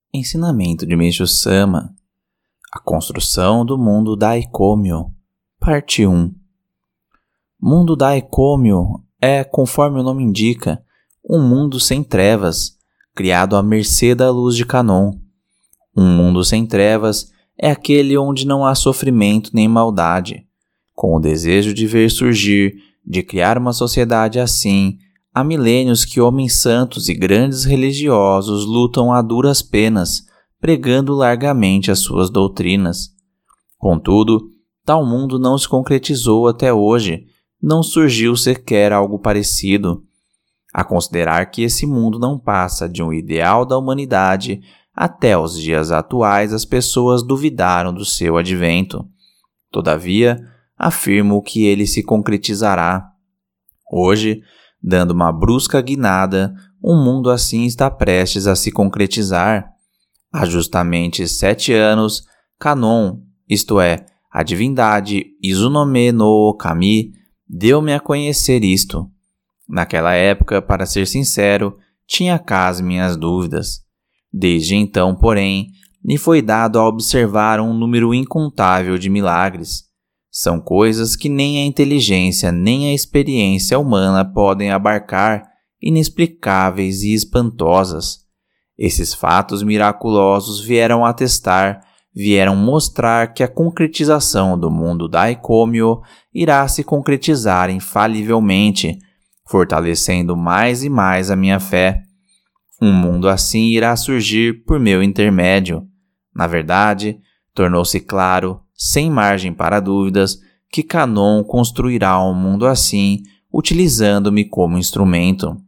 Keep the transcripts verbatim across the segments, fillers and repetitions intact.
Ensinamento de Meishu Sama. A construção do mundo Daikōmyo. Parte um. Mundo Daikōmyo é, conforme o nome indica, um mundo sem trevas, criado à mercê da luz de Kanon. Um mundo sem trevas é aquele onde não há sofrimento nem maldade. Com o desejo de ver surgir, de criar uma sociedade assim, há milênios que homens santos e grandes religiosos lutam a duras penas, pregando largamente as suas doutrinas. Contudo, tal mundo não se concretizou até hoje, não surgiu sequer algo parecido. A considerar que esse mundo não passa de um ideal da humanidade, até os dias atuais as pessoas duvidaram do seu advento. Todavia, afirmo que ele se concretizará. Hoje, dando uma brusca guinada, um mundo assim está prestes a se concretizar. Há justamente sete anos, Kanon, isto é, a divindade Izunome no Kami, deu-me a conhecer isto. Naquela época, para ser sincero, tinha cá as minhas dúvidas. Desde então, porém, me foi dado a observar um número incontável de milagres. São coisas que nem a inteligência nem a experiência humana podem abarcar, inexplicáveis e espantosas. Esses fatos miraculosos vieram atestar, vieram mostrar que a concretização do mundo Daikōmyo irá se concretizar infalivelmente, fortalecendo mais e mais a minha fé. Um mundo assim irá surgir por meu intermédio. Na verdade, tornou-se claro, sem margem para dúvidas, que Kanon construirá um mundo assim, utilizando-me como instrumento.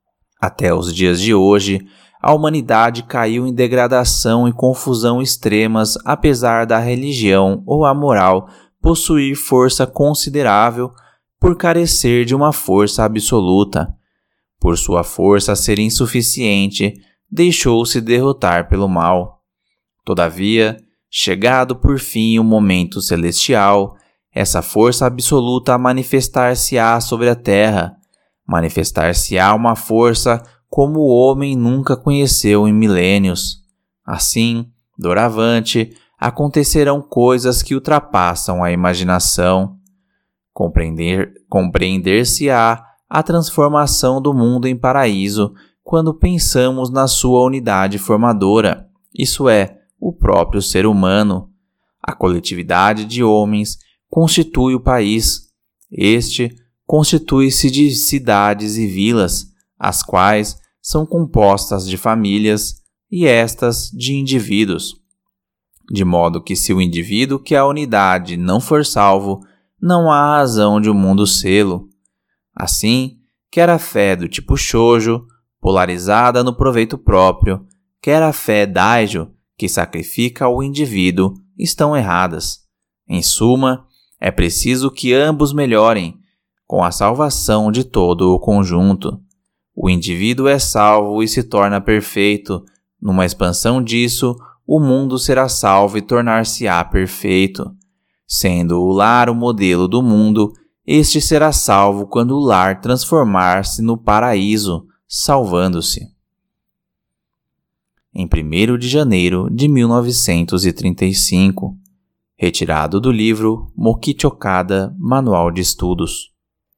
Até os dias de hoje, a humanidade caiu em degradação e confusão extremas, apesar da religião ou a moral possuir força considerável por carecer de uma força absoluta. Por sua força ser insuficiente, deixou-se derrotar pelo mal. Todavia, chegado por fim o momento celestial, essa força absoluta manifestar-se-á sobre a terra. Manifestar-se-á uma força como o homem nunca conheceu em milênios. Assim, doravante, acontecerão coisas que ultrapassam a imaginação. Compreender, compreender-se-á a transformação do mundo em paraíso quando pensamos na sua unidade formadora, isso é, o próprio ser humano. A coletividade de homens constitui o país. Este constitui-se de cidades e vilas, as quais são compostas de famílias e estas de indivíduos. De modo que se o indivíduo que é a unidade não for salvo, não há razão de o mundo sê-lo. Assim, quer a fé do tipo Shōjo, polarizada no proveito próprio, quer a fé Daijo, que sacrifica o indivíduo, estão erradas. Em suma, é preciso que ambos melhorem, com a salvação de todo o conjunto. O indivíduo é salvo e se torna perfeito. Numa expansão disso, o mundo será salvo e tornar-se-á perfeito. Sendo o lar o modelo do mundo, este será salvo quando o lar transformar-se no paraíso, salvando-se. Em primeiro de janeiro de mil novecentos e trinta e cinco, retirado do livro Mokichi Okada, Manual de Estudos.